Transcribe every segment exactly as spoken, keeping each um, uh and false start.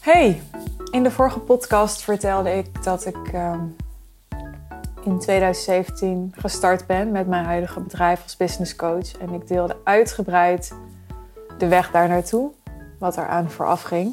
Hey, in de vorige podcast vertelde ik dat ik uh, in twintig zeventien gestart ben met mijn huidige bedrijf als business coach. En ik deelde uitgebreid de weg daar naartoe, wat eraan vooraf ging.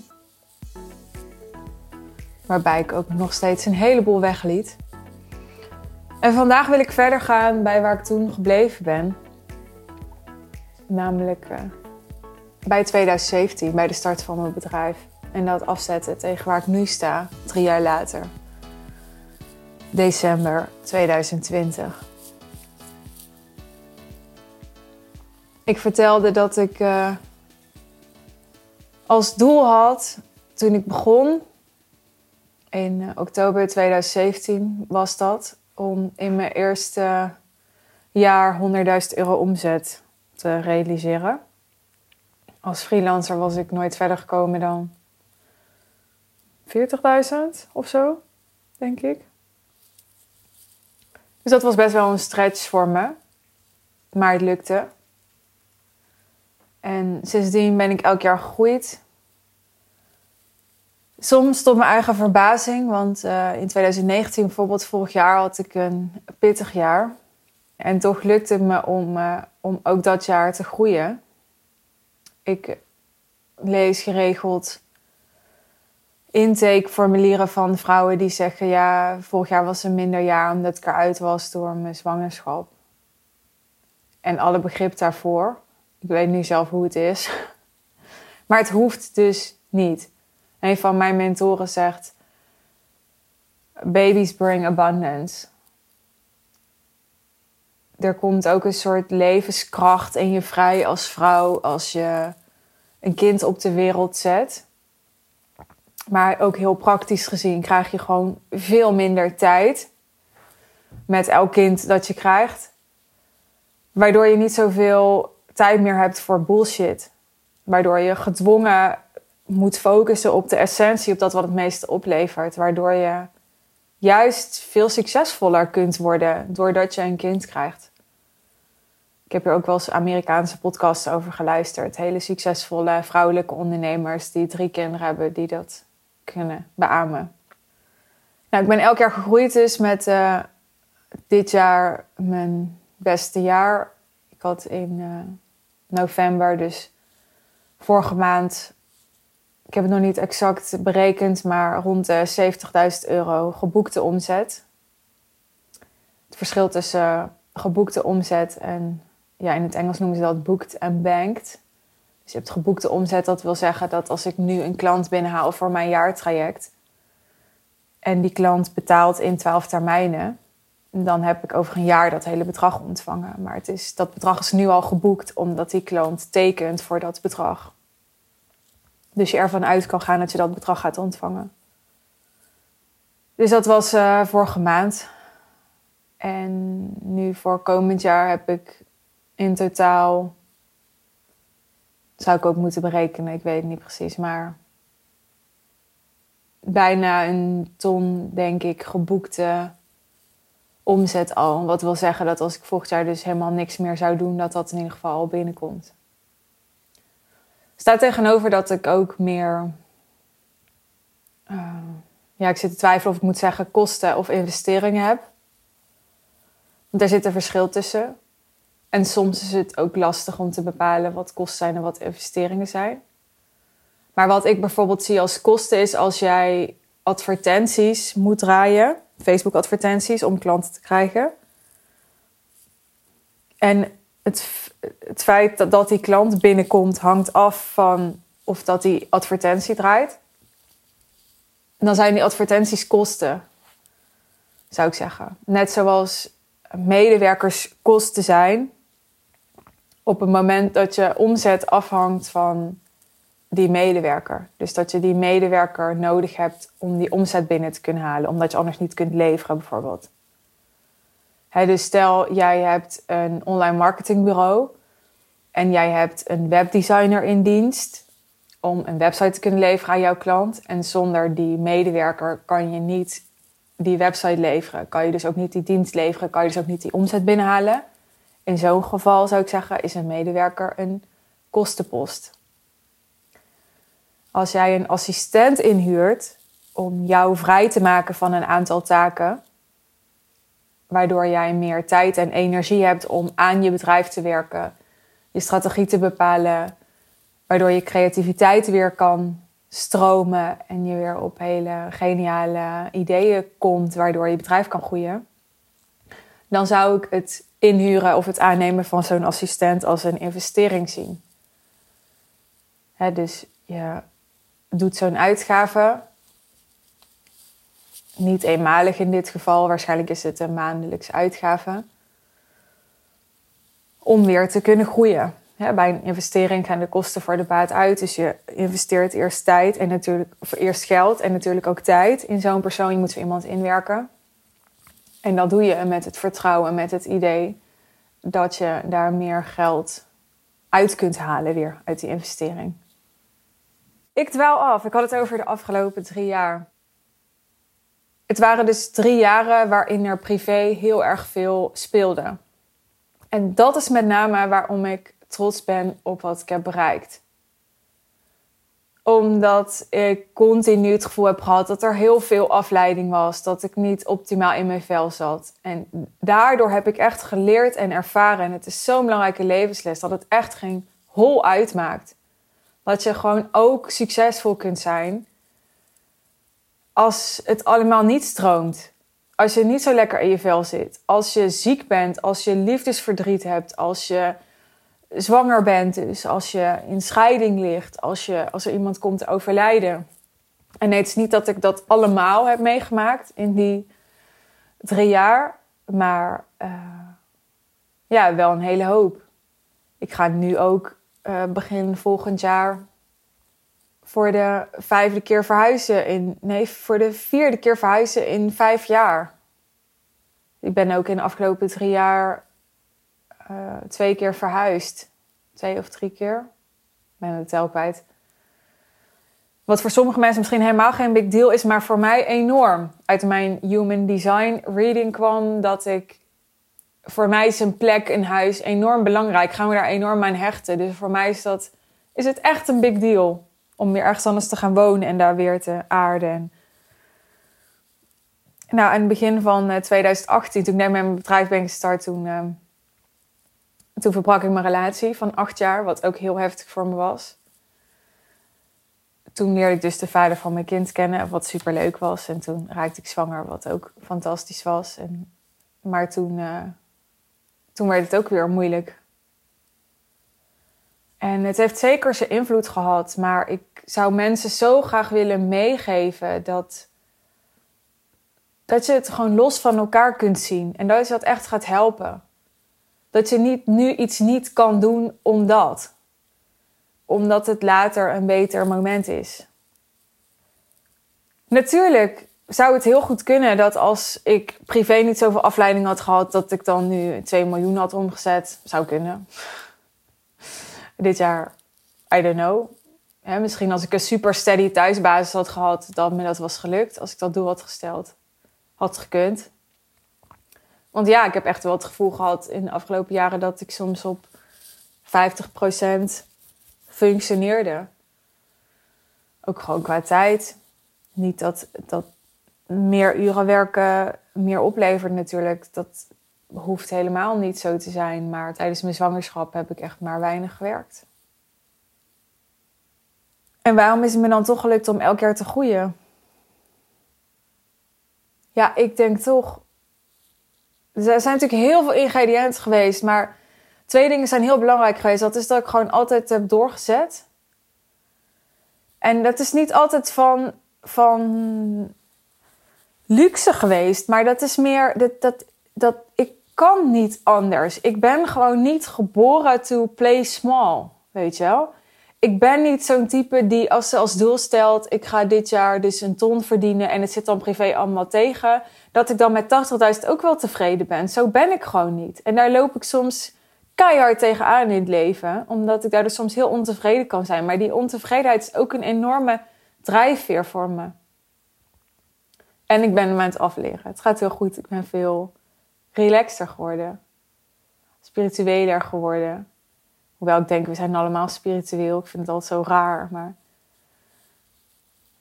Waarbij ik ook nog steeds een heleboel wegliet. En vandaag wil ik verder gaan bij waar ik toen gebleven ben. Namelijk uh, bij twintig zeventien, bij de start van mijn bedrijf. En dat afzetten tegen waar ik nu sta, drie jaar later. December twintig twintig. Ik vertelde dat ik uh, als doel had, toen ik begon, in uh, oktober twintig zeventien was dat, om in mijn eerste jaar honderdduizend euro omzet te realiseren. Als freelancer was ik nooit verder gekomen dan veertigduizend of zo, denk ik. Dus dat was best wel een stretch voor me. Maar het lukte. En sindsdien ben ik elk jaar gegroeid. Soms tot mijn eigen verbazing. Want uh, in twintig negentien, bijvoorbeeld vorig jaar, had ik een pittig jaar. En toch lukte het me om, uh, om ook dat jaar te groeien. Ik lees geregeld intakeformulieren van vrouwen die zeggen, ja, vorig jaar was een minder jaar omdat ik eruit was door mijn zwangerschap. En alle begrip daarvoor. Ik weet nu zelf hoe het is. Maar het hoeft dus niet. Een van mijn mentoren zegt, babies bring abundance. Er komt ook een soort levenskracht in je vrij als vrouw als je een kind op de wereld zet. Maar ook heel praktisch gezien krijg je gewoon veel minder tijd met elk kind dat je krijgt. Waardoor je niet zoveel tijd meer hebt voor bullshit. Waardoor je gedwongen moet focussen op de essentie, op dat wat het meeste oplevert. Waardoor je juist veel succesvoller kunt worden doordat je een kind krijgt. Ik heb er ook wel eens Amerikaanse podcasts over geluisterd. Hele succesvolle vrouwelijke ondernemers die drie kinderen hebben die dat kunnen beamen. Nou, ik ben elk jaar gegroeid dus met uh, dit jaar mijn beste jaar. Ik had in uh, november, dus vorige maand, ik heb het nog niet exact berekend, maar rond de zeventigduizend euro geboekte omzet. Het verschil tussen uh, geboekte omzet en, ja, in het Engels noemen ze dat booked en banked. Dus je hebt geboekte omzet, dat wil zeggen dat als ik nu een klant binnenhaal voor mijn jaartraject en die klant betaalt in twaalf termijnen, dan heb ik over een jaar dat hele bedrag ontvangen. Maar het is, dat bedrag is nu al geboekt omdat die klant tekent voor dat bedrag. Dus je ervan uit kan gaan dat je dat bedrag gaat ontvangen. Dus dat was uh, vorige maand. En nu voor komend jaar heb ik in totaal, zou ik ook moeten berekenen, ik weet het niet precies, maar bijna een ton, denk ik, geboekte omzet al. Wat wil zeggen dat als ik volgend jaar dus helemaal niks meer zou doen, dat dat in ieder geval al binnenkomt. Er staat tegenover dat ik ook meer, uh, ja, ik zit te twijfelen of ik moet zeggen kosten of investeringen heb. Want daar zit een verschil tussen. En soms is het ook lastig om te bepalen wat kosten zijn en wat investeringen zijn. Maar wat ik bijvoorbeeld zie als kosten is als jij advertenties moet draaien. Facebook advertenties om klanten te krijgen. En het, het feit dat, dat die klant binnenkomt hangt af van of dat die advertentie draait. En dan zijn die advertenties kosten, zou ik zeggen. Net zoals medewerkerskosten zijn op het moment dat je omzet afhangt van die medewerker. Dus dat je die medewerker nodig hebt om die omzet binnen te kunnen halen. Omdat je anders niet kunt leveren bijvoorbeeld. He, dus stel jij hebt een online marketingbureau en jij hebt een webdesigner in dienst om een website te kunnen leveren aan jouw klant. En zonder die medewerker kan je niet die website leveren. Kan je dus ook niet die dienst leveren. Kan je dus ook niet die omzet binnenhalen. In zo'n geval zou ik zeggen is een medewerker een kostenpost. Als jij een assistent inhuurt om jou vrij te maken van een aantal taken, waardoor jij meer tijd en energie hebt om aan je bedrijf te werken, je strategie te bepalen, waardoor je creativiteit weer kan stromen en je weer op hele geniale ideeën komt, waardoor je bedrijf kan groeien, dan zou ik het inhuren of het aannemen van zo'n assistent als een investering zien. He, dus je doet zo'n uitgave, niet eenmalig in dit geval, waarschijnlijk is het een maandelijkse uitgave, om weer te kunnen groeien. Ja, bij een investering gaan de kosten voor de baat uit. Dus je investeert eerst tijd en natuurlijk, of eerst geld en natuurlijk ook tijd in zo'n persoon. Je moet zo iemand inwerken. En dat doe je met het vertrouwen, met het idee dat je daar meer geld uit kunt halen weer uit die investering. Ik dwaal af. Ik had het over de afgelopen drie jaar. Het waren dus drie jaren waarin er privé heel erg veel speelde. En dat is met name waarom ik trots ben op wat ik heb bereikt. Omdat ik continu het gevoel heb gehad dat er heel veel afleiding was. Dat ik niet optimaal in mijn vel zat. En daardoor heb ik echt geleerd en ervaren. En het is zo'n belangrijke levensles dat het echt geen hol uitmaakt. Dat je gewoon ook succesvol kunt zijn als het allemaal niet stroomt. Als je niet zo lekker in je vel zit. Als je ziek bent. Als je liefdesverdriet hebt. Als je zwanger bent. Dus als je in scheiding ligt. Als, je, als er iemand komt te overlijden. En nee, het is niet dat ik dat allemaal heb meegemaakt in die drie jaar. Maar uh, ja, wel een hele hoop. Ik ga nu ook uh, begin volgend jaar voor de vijfde keer verhuizen in... Nee, voor de vierde keer verhuizen in vijf jaar. Ik ben ook in de afgelopen drie jaar uh, twee keer verhuisd. Twee of drie keer. Ik ben de tel kwijt. Wat voor sommige mensen misschien helemaal geen big deal is, maar voor mij enorm. Uit mijn human design reading kwam dat ik... Voor mij is een plek, een huis enorm belangrijk. Gaan we daar enorm aan hechten. Dus voor mij is, dat, is het echt een big deal om weer ergens anders te gaan wonen en daar weer te aarden. Nou, aan het begin van twintig achttien, toen ik net met mijn bedrijf ben gestart, toen, uh, toen verbrak ik mijn relatie van acht jaar, wat ook heel heftig voor me was. Toen leerde ik dus de vader van mijn kind kennen, wat superleuk was. En toen raakte ik zwanger, wat ook fantastisch was. En, maar toen, uh, toen werd het ook weer moeilijk. En het heeft zeker zijn invloed gehad, maar ik zou mensen zo graag willen meegeven dat, dat je het gewoon los van elkaar kunt zien. En dat je dat echt gaat helpen. Dat je niet, nu iets niet kan doen omdat. Omdat het later een beter moment is. Natuurlijk zou het heel goed kunnen dat als ik privé niet zoveel afleiding had gehad, dat ik dan nu twee miljoen had omgezet. Zou kunnen. Dit jaar, I don't know. He, misschien als ik een super steady thuisbasis had gehad, dat me dat was gelukt. Als ik dat doel had gesteld, had gekund. Want ja, ik heb echt wel het gevoel gehad in de afgelopen jaren dat ik soms op vijftig procent functioneerde. Ook gewoon qua tijd. Niet dat, dat meer uren werken meer oplevert natuurlijk. Dat hoeft helemaal niet zo te zijn. Maar tijdens mijn zwangerschap heb ik echt maar weinig gewerkt. En waarom is het me dan toch gelukt om elk jaar te groeien? Ja, ik denk toch... Er zijn natuurlijk heel veel ingrediënten geweest. Maar twee dingen zijn heel belangrijk geweest. Dat is dat ik gewoon altijd heb doorgezet. En dat is niet altijd van... van luxe geweest. Maar dat is meer... Dat, dat, dat, ik kan niet anders. Ik ben gewoon niet geboren to play small. Weet je wel? Ik ben niet zo'n type die als ze als doel stelt... ik ga dit jaar dus een ton verdienen... en het zit dan privé allemaal tegen... dat ik dan met tachtigduizend ook wel tevreden ben. Zo ben ik gewoon niet. En daar loop ik soms keihard tegenaan in het leven... omdat ik daardoor soms heel ontevreden kan zijn. Maar die ontevredenheid is ook een enorme drijfveer voor me. En ik ben hem aan het afleren. Het gaat heel goed. Ik ben veel relaxter geworden. Spiritueler geworden. Hoewel ik denk, we zijn allemaal spiritueel. Ik vind het altijd zo raar. Maar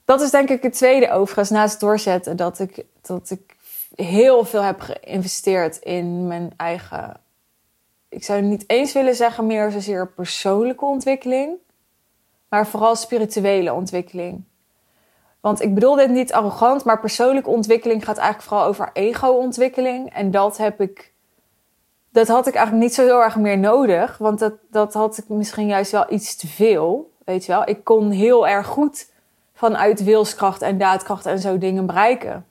dat is denk ik het tweede overigens, naast het doorzetten. Dat ik, dat ik heel veel heb geïnvesteerd in mijn eigen... Ik zou niet eens willen zeggen meer zozeer persoonlijke ontwikkeling. Maar vooral spirituele ontwikkeling. Want ik bedoel dit niet arrogant, maar persoonlijke ontwikkeling gaat eigenlijk vooral over ego-ontwikkeling. En dat heb ik... Dat had ik eigenlijk niet zo heel erg meer nodig. Want dat, dat had ik misschien juist wel iets te veel. Weet je wel? Ik kon heel erg goed vanuit wilskracht en daadkracht en zo dingen bereiken.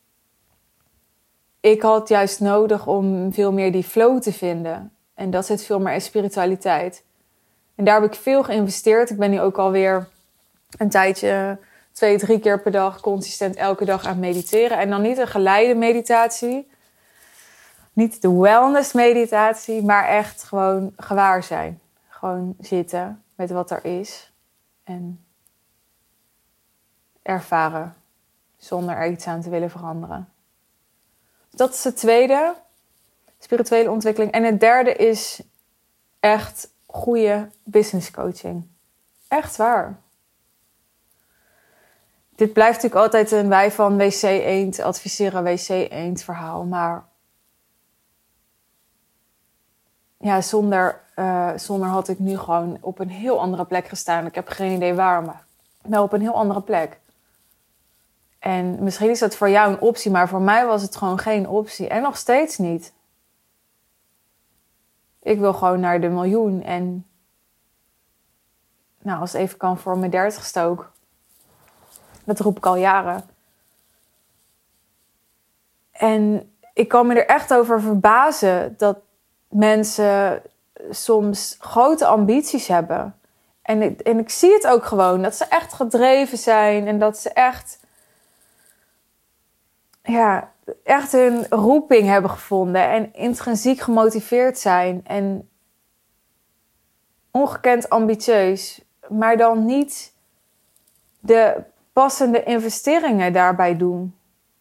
Ik had juist nodig om veel meer die flow te vinden. En dat zit veel meer in spiritualiteit. En daar heb ik veel geïnvesteerd. Ik ben nu ook alweer een tijdje, twee, drie keer per dag, consistent elke dag aan het mediteren. En dan niet een geleide meditatie. Niet de wellness meditatie, maar echt gewoon gewaar zijn. Gewoon zitten met wat er is. En ervaren. Zonder er iets aan te willen veranderen. Dat is het tweede. Spirituele ontwikkeling. En het derde is echt goede business coaching. Echt waar. Dit blijft natuurlijk altijd een wij van W C Eend adviseren W C Eend verhaal. Maar ja, zonder, uh, zonder had ik nu gewoon op een heel andere plek gestaan. Ik heb geen idee waar, maar wel op een heel andere plek. En misschien is dat voor jou een optie, maar voor mij was het gewoon geen optie. En nog steeds niet. Ik wil gewoon naar de miljoen. En nou, als het even kan voor mijn dertigste ook. Dat roep ik al jaren. En ik kan me er echt over verbazen dat mensen soms grote ambities hebben. En ik, en ik zie het ook gewoon. Dat ze echt gedreven zijn. En dat ze echt... Ja, echt hun roeping hebben gevonden. En intrinsiek gemotiveerd zijn. En ongekend ambitieus. Maar dan niet de passende investeringen daarbij doen.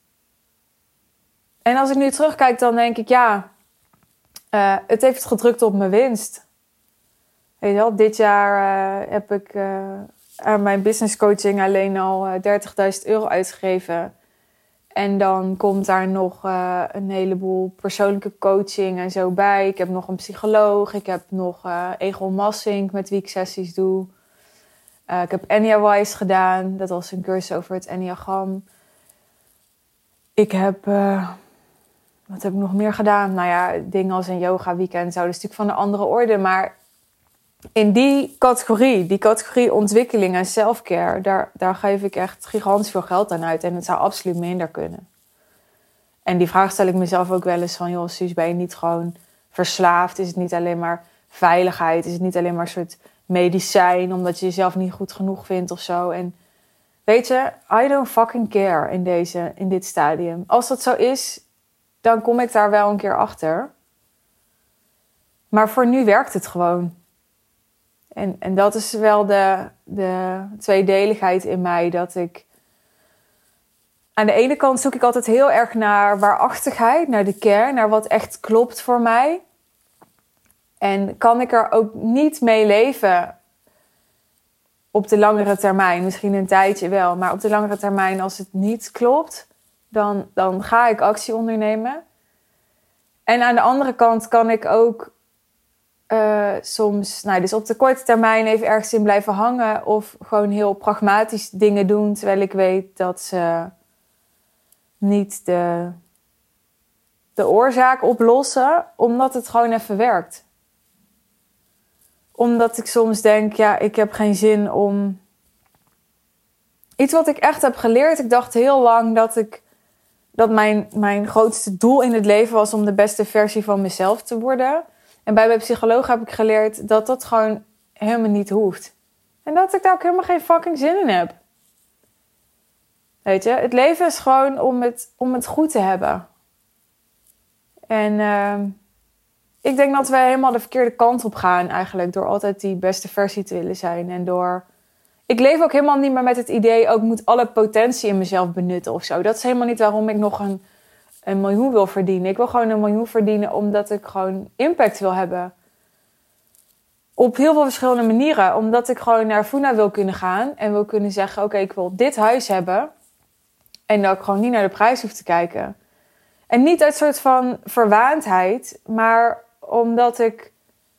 En als ik nu terugkijk, dan denk ik, ja, uh, het heeft gedrukt op mijn winst. Weet je wel, dit jaar uh, heb ik uh, aan mijn business coaching alleen al uh, dertigduizend euro uitgegeven. En dan komt daar nog uh, een heleboel persoonlijke coaching en zo bij. Ik heb nog een psycholoog. Ik heb nog uh, Egon Massink met wie ik sessies doe. Uh, ik heb Enneawise gedaan. Dat was een cursus over het Enneagram. Ik heb... Uh, wat heb ik nog meer gedaan? Nou ja, dingen als een yoga weekend. Zo, dat is natuurlijk van een andere orde. Maar in die categorie, die categorie ontwikkeling en selfcare, daar, daar geef ik echt gigantisch veel geld aan uit. En het zou absoluut minder kunnen. En die vraag stel ik mezelf ook wel eens van, joh, Suus, ben je niet gewoon verslaafd? Is het niet alleen maar veiligheid? Is het niet alleen maar een soort medicijn, omdat je jezelf niet goed genoeg vindt of zo? En weet je, I don't fucking care in, deze, in dit stadium. Als dat zo is, dan kom ik daar wel een keer achter. Maar voor nu werkt het gewoon. En, en dat is wel de, de tweedeligheid in mij. Dat ik... Aan de ene kant zoek ik altijd heel erg naar waarachtigheid. Naar de kern. Naar wat echt klopt voor mij. En kan ik er ook niet mee leven. Op de langere termijn. Misschien een tijdje wel. Maar op de langere termijn, als het niet klopt, Dan, dan ga ik actie ondernemen. En aan de andere kant kan ik ook uh, soms, nou, dus op de korte termijn even ergens in blijven hangen. Of gewoon heel pragmatisch dingen doen. Terwijl ik weet dat ze niet de, de oorzaak oplossen. Omdat het gewoon even werkt. Omdat ik soms denk, ja, ik heb geen zin om... Iets wat ik echt heb geleerd. Ik dacht heel lang dat ik... Dat mijn, mijn grootste doel in het leven was om de beste versie van mezelf te worden. En bij mijn psycholoog heb ik geleerd dat dat gewoon helemaal niet hoeft. En dat ik daar ook helemaal geen fucking zin in heb. Weet je, het leven is gewoon om het, om het goed te hebben. En uh, ik denk dat we helemaal de verkeerde kant op gaan eigenlijk. Door altijd die beste versie te willen zijn. En door... Ik leef ook helemaal niet meer met het idee, ook moet alle potentie in mezelf benutten of zo. Dat is helemaal niet waarom ik nog een, een miljoen wil verdienen. Ik wil gewoon een miljoen verdienen omdat ik gewoon impact wil hebben. Op heel veel verschillende manieren. Omdat ik gewoon naar Funa wil kunnen gaan. En wil kunnen zeggen, oké, okay, ik wil dit huis hebben. En dat ik gewoon niet naar de prijs hoef te kijken. En niet uit soort van verwaandheid. Maar omdat ik...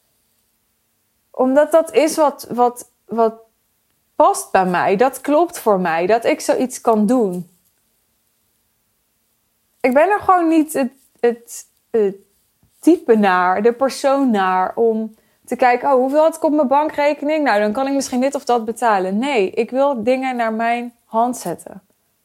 Omdat dat is wat, wat, wat past bij mij. Dat klopt voor mij. Dat ik zoiets kan doen. Ik ben er gewoon niet het, het, het type naar. De persoon naar. Om te kijken, oh, hoeveel had ik op mijn bankrekening? Nou, dan kan ik misschien dit of dat betalen. Nee, ik wil dingen naar mijn hand zetten.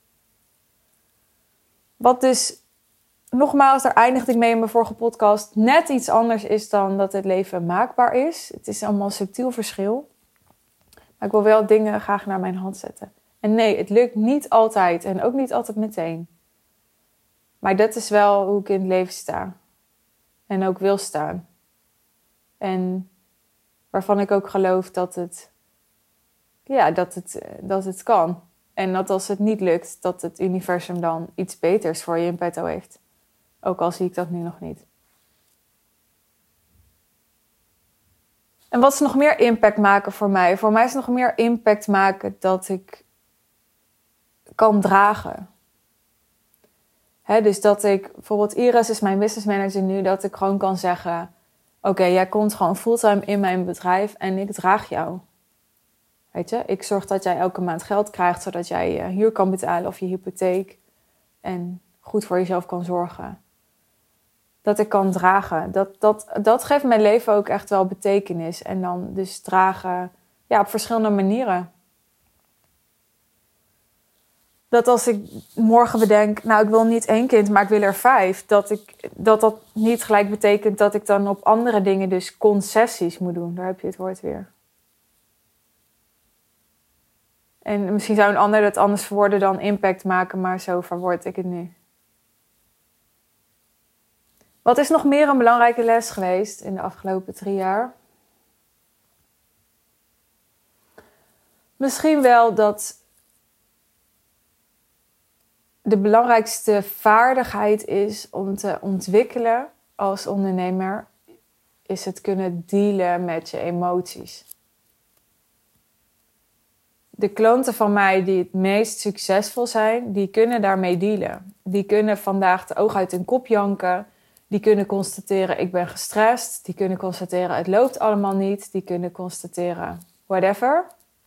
Wat dus, nogmaals, daar eindigde ik mee in mijn vorige podcast, net iets anders is dan dat het leven maakbaar is. Het is allemaal een subtiel verschil. Maar ik wil wel dingen graag naar mijn hand zetten. En nee, het lukt niet altijd en ook niet altijd meteen. Maar dat is wel hoe ik in het leven sta. En ook wil staan. En waarvan ik ook geloof dat het, ja, dat het, dat het kan. En dat als het niet lukt, dat het universum dan iets beters voor je in petto heeft. Ook al zie ik dat nu nog niet. En wat is nog meer impact maken voor mij? Voor mij is nog meer impact maken dat ik kan dragen. He, dus dat ik, bijvoorbeeld Iris is mijn business manager nu, dat ik gewoon kan zeggen, oké, okay, jij komt gewoon fulltime in mijn bedrijf en ik draag jou. Weet je, ik zorg dat jij elke maand geld krijgt, zodat jij je huur kan betalen of je hypotheek. En goed voor jezelf kan zorgen. Dat ik kan dragen. Dat, dat, dat geeft mijn leven ook echt wel betekenis. En dan dus dragen, ja, op verschillende manieren. Dat als ik morgen bedenk, nou, ik wil niet één kind, maar ik wil er vijf. Dat ik, dat, dat niet gelijk betekent dat ik dan op andere dingen dus concessies moet doen. Daar heb je het woord weer. En misschien zou een ander dat anders verwoorden dan impact maken, maar zo verwoord ik het nu. Wat is nog meer een belangrijke les geweest in de afgelopen drie jaar? Misschien wel dat de belangrijkste vaardigheid is om te ontwikkelen als ondernemer, is het kunnen dealen met je emoties. De klanten van mij die het meest succesvol zijn, die kunnen daarmee dealen. Die kunnen vandaag de oog uit hun kop janken. Die kunnen constateren, ik ben gestrest. Die kunnen constateren, het loopt allemaal niet. Die kunnen constateren, whatever.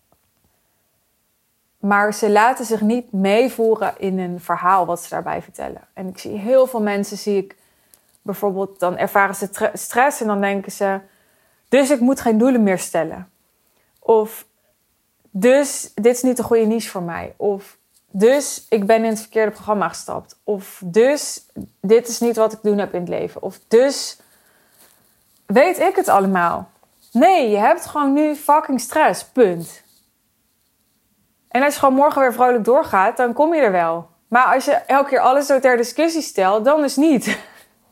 Maar ze laten zich niet meevoeren in een verhaal wat ze daarbij vertellen. En ik zie heel veel mensen, zie ik bijvoorbeeld, dan ervaren ze tre- stress en dan denken ze, dus ik moet geen doelen meer stellen. Of, dus dit is niet de goede niche voor mij. Of, dus ik ben in het verkeerde programma gestapt. Of, dus dit is niet wat ik doen heb in het leven. Of, dus weet ik het allemaal. Nee, je hebt gewoon nu fucking stress, punt. En als je gewoon morgen weer vrolijk doorgaat, dan kom je er wel. Maar als je elke keer alles zo ter discussie stelt, dan dus niet.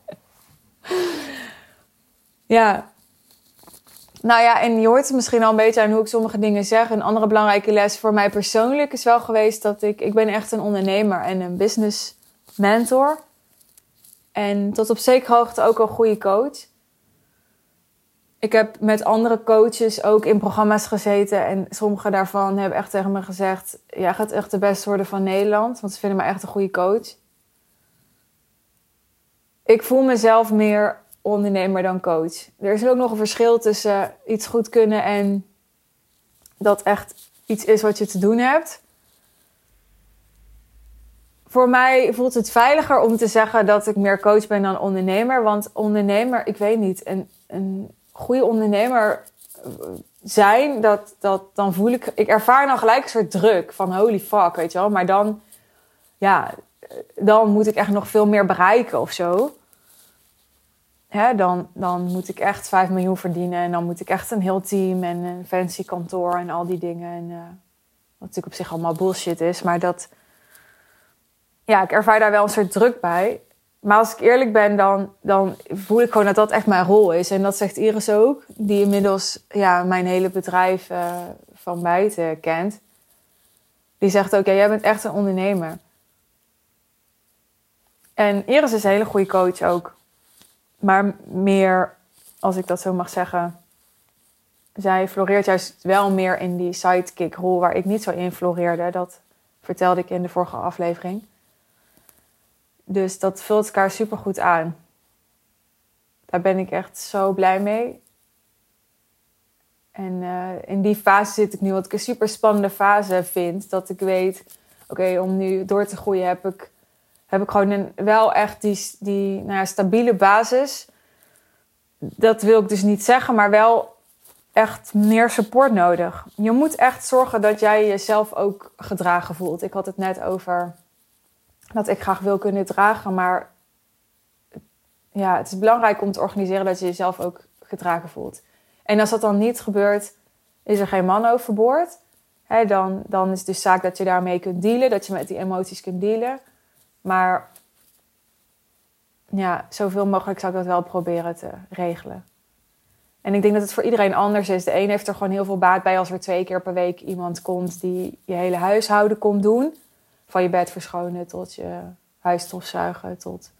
Ja. Nou ja, en je hoort het misschien al een beetje aan hoe ik sommige dingen zeg. Een andere belangrijke les voor mij persoonlijk is wel geweest dat ik... Ik ben echt een ondernemer en een business mentor. En tot op zekere hoogte ook een goede coach. Ik heb met andere coaches ook in programma's gezeten. En sommige daarvan hebben echt tegen me gezegd, jij gaat echt de beste worden van Nederland. Want ze vinden me echt een goede coach. Ik voel mezelf meer ondernemer dan coach. Er is ook nog een verschil tussen iets goed kunnen en dat echt iets is wat je te doen hebt. Voor mij voelt het veiliger om te zeggen dat ik meer coach ben dan ondernemer. Want ondernemer, ik weet niet, een, een goede ondernemer zijn, dat, dat, dan voel ik... Ik ervaar dan gelijk een soort druk van holy fuck, weet je wel. Maar dan, ja, dan moet ik echt nog veel meer bereiken of zo. Hè, dan, dan moet ik echt vijf miljoen verdienen. En dan moet ik echt een heel team en een fancy kantoor en al die dingen. En, uh, wat natuurlijk op zich allemaal bullshit is. Maar dat... Ja, ik ervaar daar wel een soort druk bij. Maar als ik eerlijk ben, dan, dan voel ik gewoon dat dat echt mijn rol is. En dat zegt Iris ook. Die inmiddels ja, mijn hele bedrijf uh, van buiten kent. Die zegt ook, ja, jij bent echt een ondernemer. En Iris is een hele goede coach ook. Maar meer, als ik dat zo mag zeggen, zij floreert juist wel meer in die sidekick-rol waar ik niet zo in floreerde. Dat vertelde ik in de vorige aflevering. Dus dat vult elkaar supergoed aan. Daar ben ik echt zo blij mee. En uh, in die fase zit ik nu, wat ik een super spannende fase vind. Dat ik weet, oké, okay, om nu door te groeien heb ik, heb ik gewoon een, wel echt die, die nou ja, stabiele basis. Dat wil ik dus niet zeggen, maar wel echt meer support nodig. Je moet echt zorgen dat jij jezelf ook gedragen voelt. Ik had het net over dat ik graag wil kunnen dragen, maar ja, het is belangrijk om te organiseren dat je jezelf ook gedragen voelt. En als dat dan niet gebeurt, is er geen man overboord. He, dan, dan is het dus zaak dat je daarmee kunt dealen, dat je met die emoties kunt dealen. Maar ja, zoveel mogelijk zou ik dat wel proberen te regelen. En ik denk dat het voor iedereen anders is. De een heeft er gewoon heel veel baat bij als er twee keer per week iemand komt die je hele huishouden komt doen. Van je bed verschonen tot je huis stofzuigen tot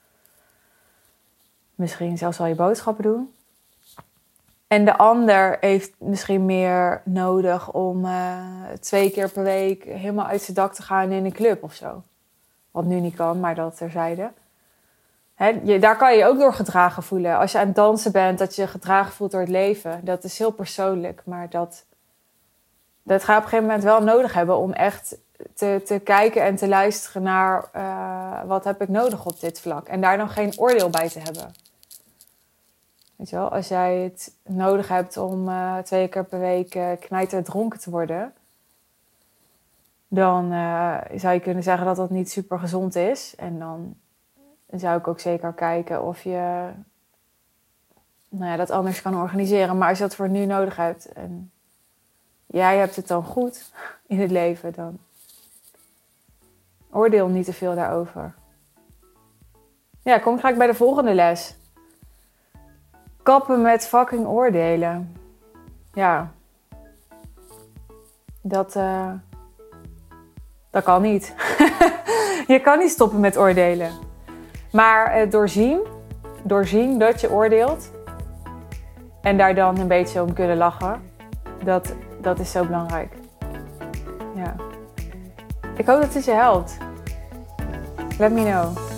misschien zelfs wel je boodschappen doen. En de ander heeft misschien meer nodig om uh, twee keer per week helemaal uit zijn dak te gaan in een club of zo. Wat nu niet kan, maar dat terzijde. Hè, je, daar kan je je ook door gedragen voelen. Als je aan het dansen bent, dat je je gedragen voelt door het leven. Dat is heel persoonlijk, maar dat, dat ga je op een gegeven moment wel nodig hebben om echt te, te kijken en te luisteren naar uh, wat heb ik nodig op dit vlak. En daar dan geen oordeel bij te hebben. Weet je wel, als jij het nodig hebt om uh, twee keer per week uh, knijter dronken te worden, dan uh, zou je kunnen zeggen dat dat niet super gezond is. En dan zou ik ook zeker kijken of je nou ja, dat anders kan organiseren. Maar als je dat voor nu nodig hebt en jij hebt het dan goed in het leven, dan oordeel niet te veel daarover. Ja, kom gelijk bij de volgende les. Kappen met fucking oordelen. Ja. Dat, uh, dat kan niet. Je kan niet stoppen met oordelen. Maar uh, doorzien, doorzien dat je oordeelt. En daar dan een beetje om kunnen lachen. Dat, dat is zo belangrijk. Ja. Ik hoop dat het je helpt. Let me know.